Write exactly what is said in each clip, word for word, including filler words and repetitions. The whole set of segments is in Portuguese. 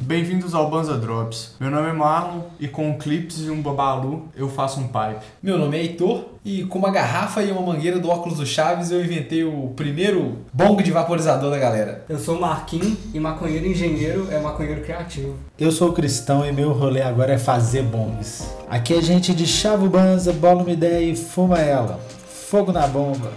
bem-vindos ao Banza Drops. Meu nome é Marlon e com clips e um babalu eu faço um pipe. Meu nome é Heitor e com uma garrafa e uma mangueira do óculos do Chaves eu inventei o primeiro bong de vaporizador da galera. Eu sou o Marquinhos e maconheiro engenheiro é maconheiro criativo. Eu sou o Cristão e meu rolê agora é fazer bongs. Aqui é gente de chava o banza, bola uma ideia e fuma ela. Fogo na bomba.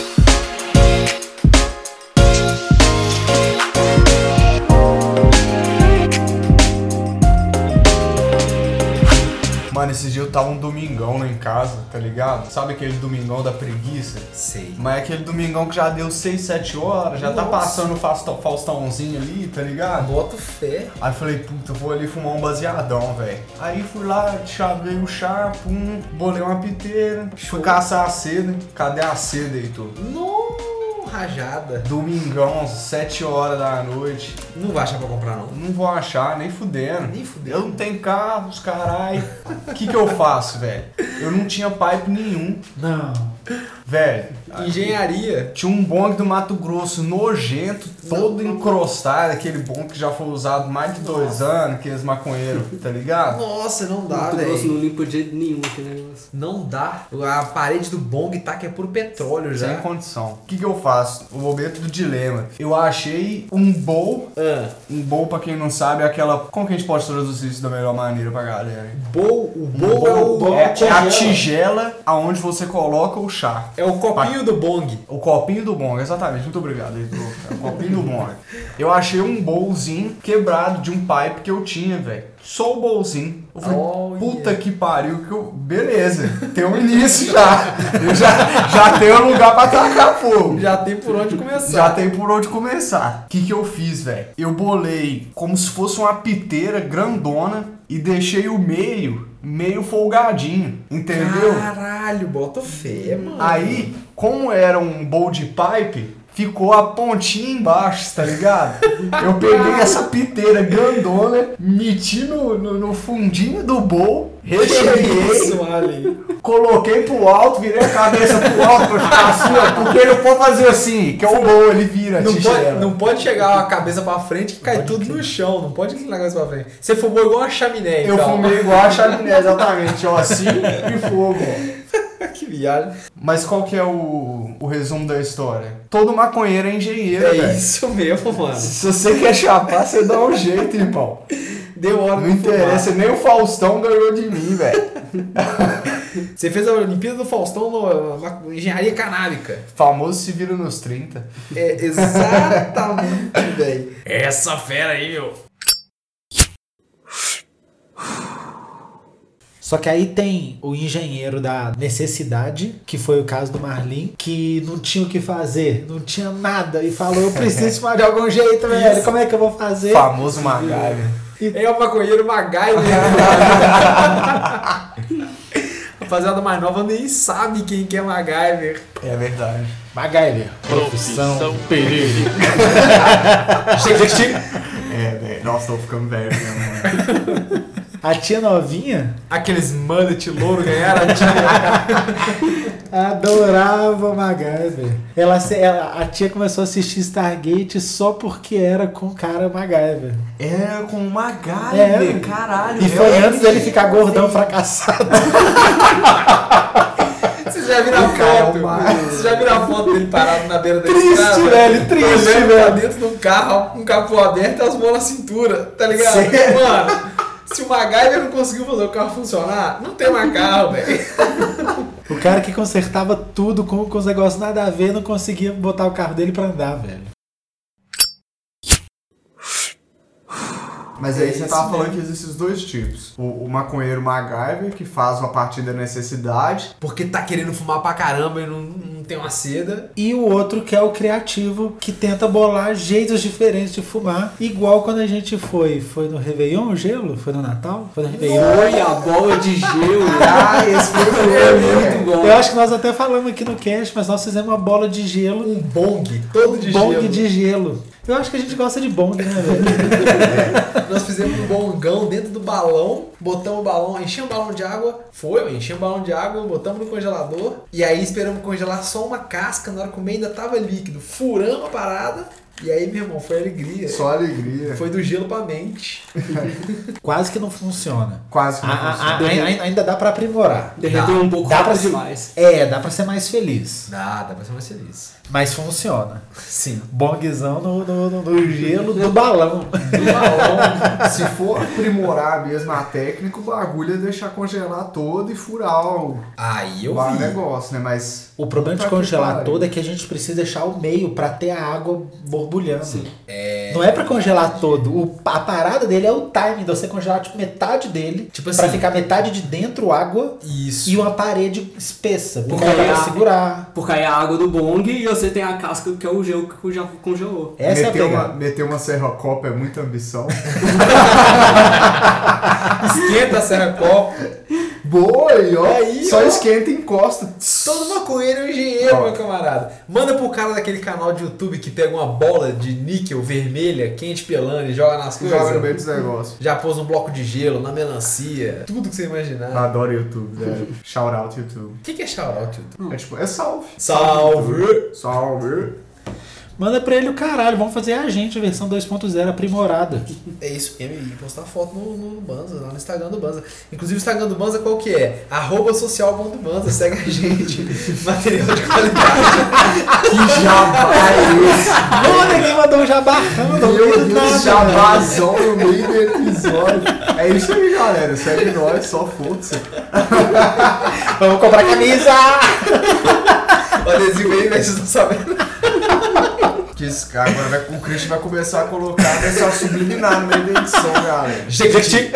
Mano, esses dias eu tava um domingão lá em casa, tá ligado? Sabe aquele domingão da preguiça? Sei. Mas é aquele domingão que já deu seis, sete horas, já Nossa. tá passando o Faustão, Faustãozinho ali, tá ligado? Boto fé. Aí eu falei, puta, eu vou ali fumar um baseadão, velho. Aí fui lá, chavei o chá, pum, bolei uma piteira, fui caçar a seda. Cadê a seda, Heitor? No rajada. Domingão, sete horas da noite. Não vai achar pra comprar não. Não vou achar, nem fudendo. Nem fudendo. Eu não tenho carros, caralho. O que que eu faço, velho? Eu não tinha pipe nenhum. Não. Velho, Engenharia. tinha um bong do Mato Grosso nojento, todo encrostado, aquele bong que já foi usado mais de dois anos, aqueles maconheiros, tá ligado? Nossa, não dá, Mato Grosso velho. não limpa de jeito nenhum aquele negócio. Não dá. A parede do bong tá que é puro petróleo já. Sem condição. O que que eu faço? O momento do dilema. Eu achei um bowl. Ah, Um bowl, pra quem não sabe, é aquela... Como que a gente pode traduzir isso da melhor maneira pra galera, hein? bowl, o Um bowl é o, bowl é, é tigela. a tigela aonde você coloca o chá. É o copinho do bong. O copinho do bong, exatamente. Muito obrigado, Heitor. É o copinho do bong. Eu achei um bowlzinho quebrado de um pipe que eu tinha, velho. Só o bowlzinho. Eu falei, Olha. puta que pariu, que eu... Beleza, tem um início já. Eu já, já tenho um lugar pra tacar fogo. Já tem por onde começar. Já tem por onde começar. O que que eu fiz, velho? Eu bolei como se fosse uma piteira grandona e deixei o meio, meio folgadinho, entendeu? Caralho, bota fé, mano. Aí, como era um bowl de pipe, ficou a pontinha embaixo, tá ligado? Eu peguei essa piteira grandona, meti no, no, no fundinho do bowl, recheguei, Isso, Ali. coloquei pro alto, virei a cabeça pro alto pra ficar assim, ó, porque não pode fazer assim, que é o bowl, ele vira a Não pode, tigela. não pode chegar a cabeça pra frente que cai tudo no chão. Não pode inclinar a cabeça pra frente. Você fumou igual uma chaminé, Eu então. fumei igual a chaminé, exatamente, ó, assim e fogo, ó. Que viagem. Mas qual que é o, o resumo da história? Todo maconheiro é engenheiro, É velho. isso mesmo, mano. Se você quer chapar, você dá um jeito, irmão. Deu hora Não de fumar. interessa, nem o Faustão ganhou de mim, velho. Você fez a Olimpíada do Faustão no, na engenharia canábica. Famoso se vira nos trinta. É exatamente, velho. Essa fera aí, meu. Só que aí tem o engenheiro da necessidade, que foi o caso do Marlin, que não tinha o que fazer, não tinha nada, e falou, eu preciso fumar de algum jeito, velho, como é que eu vou fazer? Famoso MacGyver. É o maconheiro MacGyver. Rapaziada mais nova nem sabe quem que é MacGyver. É verdade. MacGyver, profissão perigo. É, velho. Nossa, tô ficando velho mesmo, mano. A tia novinha Aqueles mullet louro ganharam a tia. adorava o MacGyver. Ela, se- ela, a tia começou a assistir Stargate só porque era com o cara MacGyver. É, com o MacGyver, É. caralho. E foi realmente. antes dele ficar gordão, fracassado. Vocês já viram a O cara é foto? um mar- Vocês já viram a foto dele parado na beira da Triste, estrada? velho, triste, olhando velho. pra dentro de um carro, com um capô aberto e as mãos na cintura, tá ligado? Sério? Mano, se o MacGyver não conseguiu fazer o carro funcionar, não tem mais carro, velho. O cara que consertava tudo com, com os negócios nada a ver não conseguia botar o carro dele pra andar, velho. Mas aí É você isso tava falando mesmo. que existem os dois tipos. O, o maconheiro MacGyver, que faz a partir da necessidade. Porque tá querendo fumar pra caramba e não, não tem uma seda. E o outro que é o criativo, que tenta bolar jeitos diferentes de fumar. Igual quando a gente foi. Foi no Réveillon, o gelo? Foi no Natal? Foi no Réveillon. Foi a bola de gelo. Ah, esse foi o É meu, muito bom. Eu acho que nós até falamos aqui no cast, mas nós fizemos uma bola de gelo. Um bong, todo de bong gelo. de gelo. Eu acho que a gente gosta de bong, né, velho? Nós fizemos um bongão dentro do balão, botamos o balão, enchemos o balão de água, foi, enchemos o balão de água, botamos no congelador, e aí esperamos congelar só uma casca, na hora que o meio ainda tava líquido, furamos a parada, e aí, meu irmão, foi alegria. Só alegria. Foi do gelo pra mente. Quase que não funciona. Quase que não A- a- funciona. a- ai- ainda dá pra aprimorar. Derreteu Dá. um pouco Dá pra rápido se- demais. É, dá pra ser mais feliz. Dá, dá pra ser mais feliz. Mas funciona. Sim. Bongzão no, no, no- no gelo do balão. Se for aprimorar mesmo a técnica, o bagulho é deixar congelar todo e furar o, Aí eu o vi. negócio, né? Mas O problema de Puta que congelar pariu. todo é que a gente precisa deixar o meio pra ter a água borbulhando. Sim. É... Não é pra congelar todo. O- a parada dele é o timing de você congelar tipo metade dele Tipo pra assim. ficar metade de dentro água Isso. e uma parede espessa. Porque Porque aí dá aí pra a- segurar. Porque aí a água do bong e você tem a casca que é o gelo que já congelou. Essa meter, é a uma, pegada. meter uma serra-copa é muita ambição. Esquenta a serra copo. Boa, e ó, Aí, só ó. esquenta e encosta. Todo maconheiro é um engenheiro, Ó. meu camarada. Manda pro cara daquele canal de YouTube que pega uma bola de níquel vermelha, quente pelando e joga nas coisas. Joga no meio dos negócios. Já pôs um bloco de gelo na melancia. Tudo que você imaginar. Adoro YouTube, né? Shout out YouTube. O que, que é shout-out, YouTube? É tipo, é salve. Salve! YouTube. Salve! Manda pra ele o caralho. Vamos fazer a gente, a versão dois ponto zero aprimorada. É isso mesmo, e postar foto no, no Banza, lá no Instagram do Banza. Inclusive o Instagram do Banza qual que é? Arroba social ponto banza, segue a gente. Material de qualidade. Que jabá é esse? Mano, quem mandou um jabarrão no meio Meu do Deus, nada. jabazão no meio do episódio. É isso aí, galera. Segue nós, só foda-se. Vamos comprar camisa! O adesivo aí, mas vocês estão sabendo. Que esse cara agora vai, o Christian vai começar a colocar essa subliminar no meio da edição, galera. Jequiti.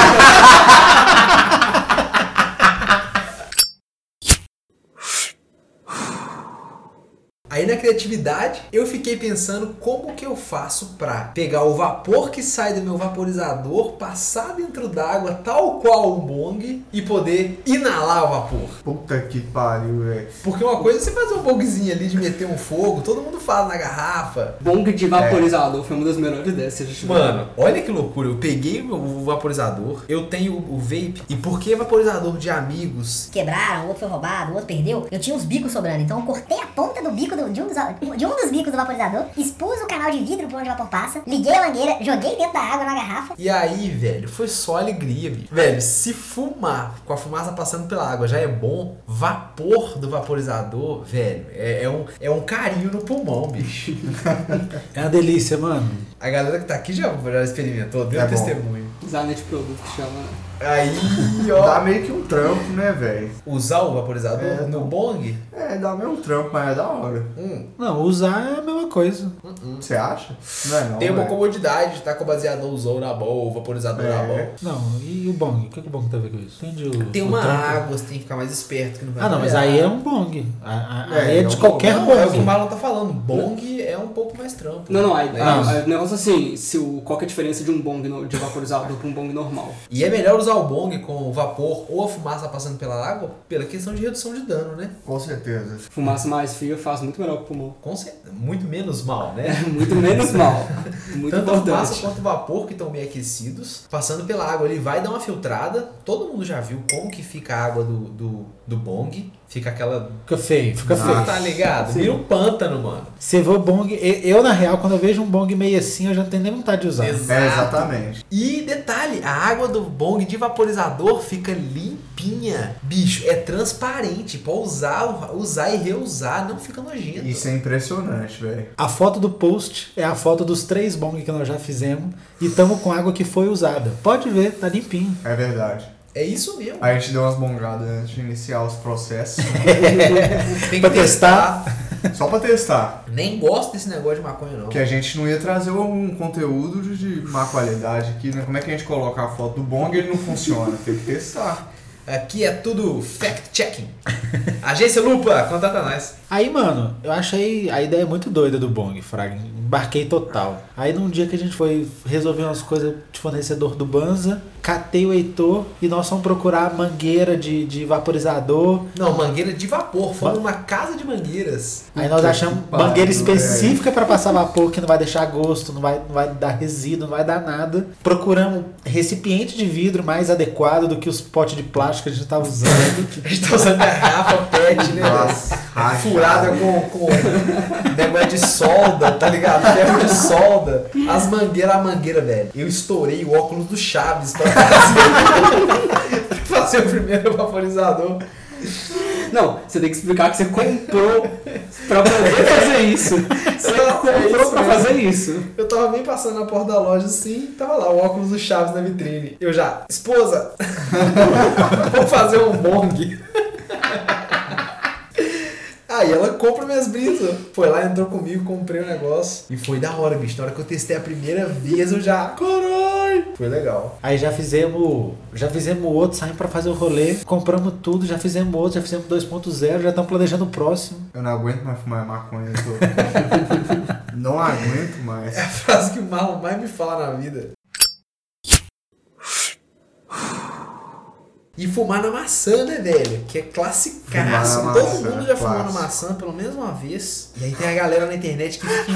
Aí na criatividade, eu fiquei pensando como que eu faço pra pegar o vapor que sai do meu vaporizador, passar dentro d'água, tal qual um bong, e poder inalar o vapor. Puta que pariu, velho. Porque uma coisa é você fazer um bongzinho ali de meter um fogo, todo mundo fala na garrafa. Bong de vaporizador foi uma das melhores ideias que a gente Mano, olha que loucura. Eu peguei o meu vaporizador, eu tenho o o vape, e porque vaporizador de amigos. Quebraram, o outro foi roubado, o outro perdeu. Eu tinha uns bicos sobrando, então eu cortei a ponta do bico do- de, um dos, de um dos bicos do vaporizador, expus o canal de vidro por onde o vapor passa, liguei a mangueira, joguei dentro da água na garrafa. E aí, velho, foi só alegria, bicho. Velho, se fumar com a fumaça passando pela água já é bom, vapor do vaporizador, velho, é, é um, é um carinho no pulmão, bicho. É uma delícia, mano. A galera que tá aqui já, já experimentou, deu É um bom. testemunho. Designer de produto que chama. Aí, Dá ó, meio que um trampo, né, velho? usar o vaporizador É, no não. bong? É, dá meio um trampo, mas é da hora. Hum, Não, usar é a mesma coisa. Você acha? Não é não, tem uma velho. comodidade de estar com o baseador na mão, o vaporizador É. na mão. Não, e o bong? O que, que o bong tem a ver com isso? Entende o, Tem o uma trampo? água, você tem que ficar mais esperto que não vai Ah, não, mas molhar. aí é um bong. A- a- É, Aí é é de um qualquer Não, é o que o bong. Marlon tá falando. Bong é um pouco mais trampo. Não, não, aí, É isso. aí, o negócio assim, se o, qual que é a diferença de um bong no- de vaporizador para um bong normal? E é melhor usar o bong com o vapor ou a fumaça passando pela água pela questão de redução de dano, né? Com certeza. Fumaça mais fria faz muito melhor pro pulmão. Com certeza. Muito menos mal, né? Muito menos mal. Muito Tanto a fumaça importante. quanto o vapor que estão meio aquecidos, passando pela água, ele vai dar uma filtrada. Todo mundo já viu como que fica a água do, do, do bong. Fica aquela... Fica feio, fica feio. Tá ligado? Vira um pântano, mano. Você vê o bong. Eu, eu, na real, quando eu vejo um bong meio assim, eu já não tenho nem vontade de usar. Exato. É, exatamente. E detalhe, a água do bong de vaporizador fica limpinha. Bicho, é transparente. Pode usar, usar e reusar, não fica nojento. Isso é impressionante, velho. A foto do post é a foto dos três bong que nós já fizemos e estamos com água que foi usada. Pode ver, tá limpinho. É verdade. É isso mesmo. A gente deu umas bongadas antes de iniciar os processos. Tem Pra que testar. Só pra testar. Nem gosto desse negócio de maconha, não. Que a gente não ia trazer um conteúdo de má qualidade aqui, né? Como é que a gente coloca a foto do bong e ele não funciona? Tem que testar. Aqui é tudo fact-checking. Agência Lupa, contata nós. Aí, mano, eu achei a ideia muito doida do bong, Fraga. Embarquei total. Aí, num dia que a gente foi resolver umas coisas de fornecedor do Banza, catei o Heitor e nós fomos procurar mangueira de, de vaporizador. Não, mangueira de vapor. Fomos numa casa de mangueiras. Aí nós Puta achamos que pariu, mangueira específica pra passar vapor, que não vai deixar gosto, não vai, não vai dar resíduo, não vai dar nada. Procuramos recipiente de vidro mais adequado do que os potes de plástico que a gente tava usando. A gente tá usando garrafa pet, né? Nossa, velho? Furada com, com negócio de solda, tá ligado? ligado? Ferro de solda. As mangueiras, a mangueira, velho. Eu estourei o óculos do Chaves pra fazer, pra fazer o primeiro vaporizador. Não, você tem que explicar que você comprou pra poder fazer isso. Você comprou É isso pra mesmo. fazer isso. Eu tava bem passando na porta da loja assim, tava lá o óculos do Chaves na vitrine. Eu já, esposa, vou fazer um bong. Aí ela compra minhas brisas. Foi lá, entrou comigo, comprei o negócio. E foi da hora, bicho. Na hora que eu testei a primeira vez, eu já. Caralho! Foi legal. Aí já fizemos. Já fizemos o outro, saímos pra fazer o rolê, compramos tudo, já fizemos outro, já fizemos dois ponto zero, já estamos planejando o próximo. Eu não aguento mais fumar maconha. Eu tô... não aguento mais. É a frase que o Marlon mais me fala na vida. E fumar na maçã, né, velho? Que é classicaço. Fumar na Todo maçã, mundo já fumou na clássico. maçã pelo menos uma vez. E aí tem a galera na internet que fica.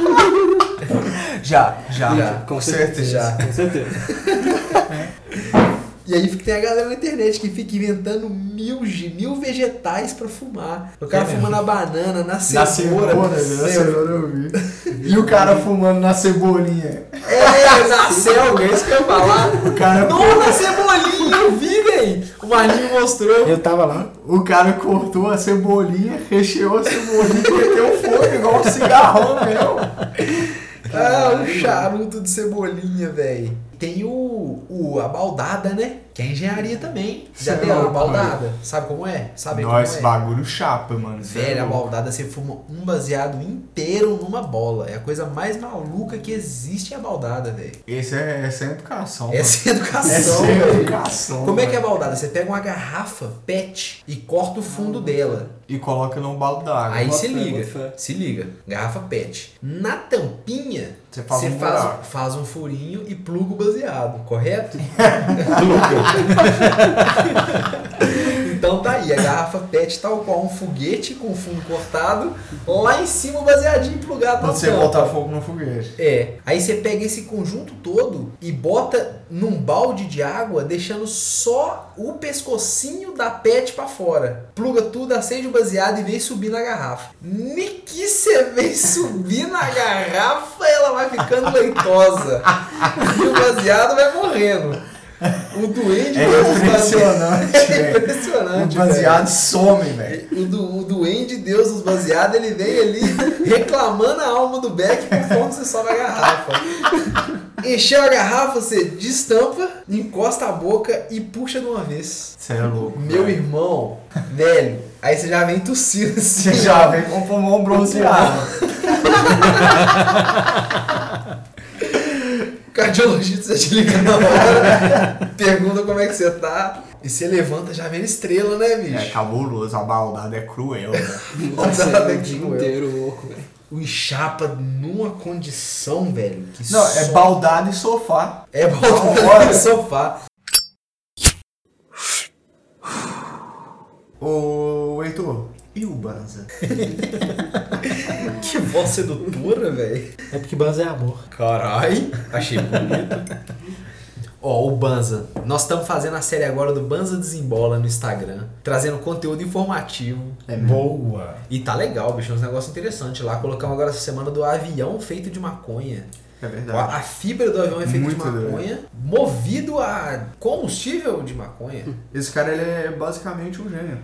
Já, já. Já, com certeza. Já. Com certeza. E aí tem a galera na internet que fica inventando mil, gi- mil vegetais pra fumar. O cara É fuma mesmo. na banana, na Na cenoura. cenoura, na cenoura eu vi. E o cara fumando na cebolinha. É, na selga, é isso que eu ia falar. O cara, Não, na cebolinha, eu vi, velho. O Marlinho mostrou. Eu tava lá. o cara cortou a cebolinha, recheou a cebolinha e meteu fogo igual um cigarrão, meu. Ah, um charuto de cebolinha, velho. Tem o, o a baldada, né? Que é engenharia também. Já Cê tem é a louco, baldada? Sabe como é? Sabe como Nossa, é? esse bagulho chapa, mano. Cê é Velho, a louco. baldada você fuma um baseado inteiro numa bola. É a coisa mais maluca que existe é a baldada, velho. Esse é, essa é educação. Essa é mano. educação, Essa é velho. educação. Como é que é a mano. baldada? Você pega uma garrafa pet e corta o fundo dela. E coloca num balde d'água. Aí bota se fé, liga, bota fé. se liga. Garrafa pet. Na tampinha, Você faz você um faz, buraco. faz um furinho e pluga o baseado, correto? Então tá aí, a garrafa pet tal qual um foguete com o fundo cortado, lá em cima o baseadinho plugado na Você tampa. botar fogo no foguete. É, aí você pega esse conjunto todo e bota num balde de água, deixando só o pescocinho da pet pra fora. Pluga tudo, acende o baseado e vem subir na garrafa. Nem que você vem subir na garrafa, ela vai ficando leitosa. E o baseado vai morrendo. O duende É Deus dos impressionante, baseados- É velho. impressionante, O baseado some, velho. o, du, o duende Deus dos baseados, ele vem ali reclamando a alma do Beck conforme você sobe a garrafa. Encheu a garrafa, você destampa, encosta a boca e puxa de uma vez. Você é louco. Meu velho. irmão, velho, aí você já vem tossindo assim. Você já vem com o pulmão bronzeado. O cardiologista já te liga na hora, pergunta como é que você tá. E você levanta já vendo estrela, né, É bicho? cabuloso, a baldada é cruel, velho. Nossa, Nossa, é o que dia doeu. inteiro louco, velho. O enxapa numa condição, velho, que Não, é só- baldada e sofá. É Bora. baldada no sofá. Ô, Heitor, e o Banza? Que voz sedutora, velho. É porque Banza é amor. Carai, achei bonito. Ó, o Banza. Nós estamos fazendo a série agora do Banza Desembola no Instagram, trazendo conteúdo informativo. É Boa. E tá legal, bicho, uns negócios interessantes lá. Colocamos agora essa semana do avião feito de maconha. É A verdade. a fibra do avião é feita de Muito doido. maconha, movido a combustível de maconha. Esse cara, ele é basicamente um gênio.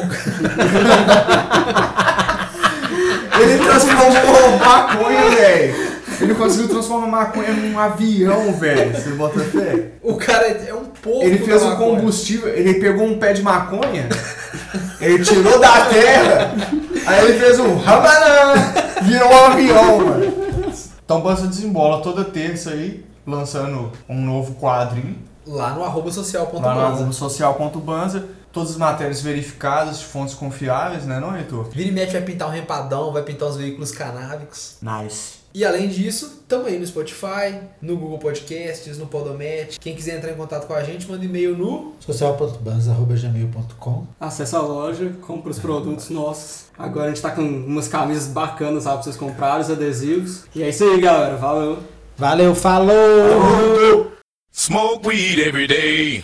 Ele transformou maconha, velho. Ele conseguiu transformar maconha num avião, velho. Você bota fé? O cara é um pouco. Ele fez da um maconha. combustível, ele pegou um pé de maconha, ele tirou da terra, aí ele fez um rabanã, virou um avião, mano. Então Banza Desembola toda terça aí, lançando um novo quadrinho Lá no arroba social ponto lá no banza. arroba social ponto banza. Todas as matérias verificadas de fontes confiáveis, né, não, Heitor? Vira e mete vai pintar um rempadão, vai pintar os veículos canábicos. Nice. E além disso, tamo aí no Spotify, no Google Podcasts, no Podomat. Quem quiser entrar em contato com a gente, manda e-mail no... social ponto banza arroba gmail ponto com. Acesse a loja, compra os produtos nossos. Agora a gente tá com umas camisas bacanas lá pra vocês comprarem, os adesivos. E é isso aí, galera. Valeu! Valeu, falou! Smoke weed every day.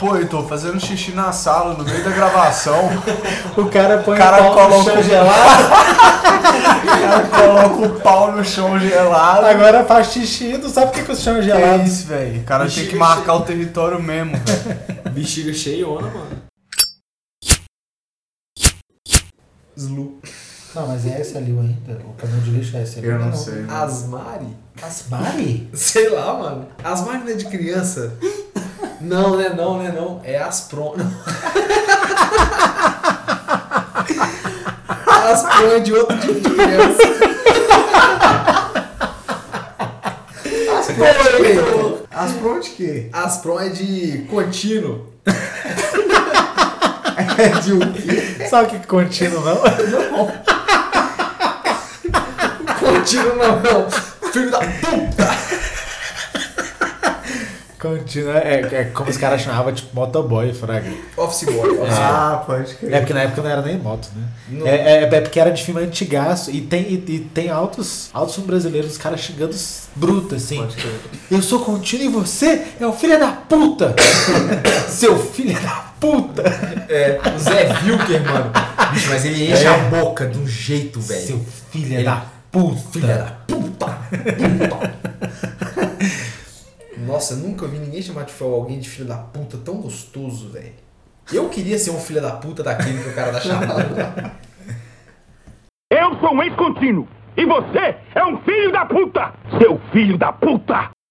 Pô, eu tô fazendo xixi na sala, no meio da gravação. O cara põe O cara o pau no coloca chão o- gelado, O cara coloca o pau no chão gelado. agora faz xixi, não sabe por que, que o chão é Que gelado. isso, velho? O cara tem Bexiga que marcar o território mesmo, velho. Bexiga cheiona, mano. Slu. Não, mas é esse ali ainda. O caminhão de lixo é esse ali. Eu não sei. Asmari? Asmari? Sei lá, mano. Asmari não é de criança? Não, né? Não, né? Não. É Aspron. Aspron é de outro tipo de criança. Aspron é de As pronto de quê? Aspron é de contínuo. É de o quê? Sabe o que é contínuo, não? Contínuo não, não. Filho da puta. Contínuo é, é como os caras chamavam, tipo, motoboy, fraga. Office boy. Office boy. Ah, pode crer. É porque na época não era nem moto, né? Não. É, é, é porque era de filme antigaço e tem, e, e tem altos, altos filmes brasileiros, os caras xingando bruto, assim. Pode crer. Eu sou contínuo e você é o filho da puta! Seu filho da puta! É, o Zé Wilker, mano. Bicho, mas ele enche É. a boca de um jeito, velho. Seu filho Ele- da puta! Filha da puta! Puta! Nossa, eu nunca vi ninguém chamar de alguém de filho da puta tão gostoso, velho. Eu queria ser um filho da puta daquele que o cara dá chamada. Eu sou um ex-contínuo. E você é um filho da puta! Seu filho da puta!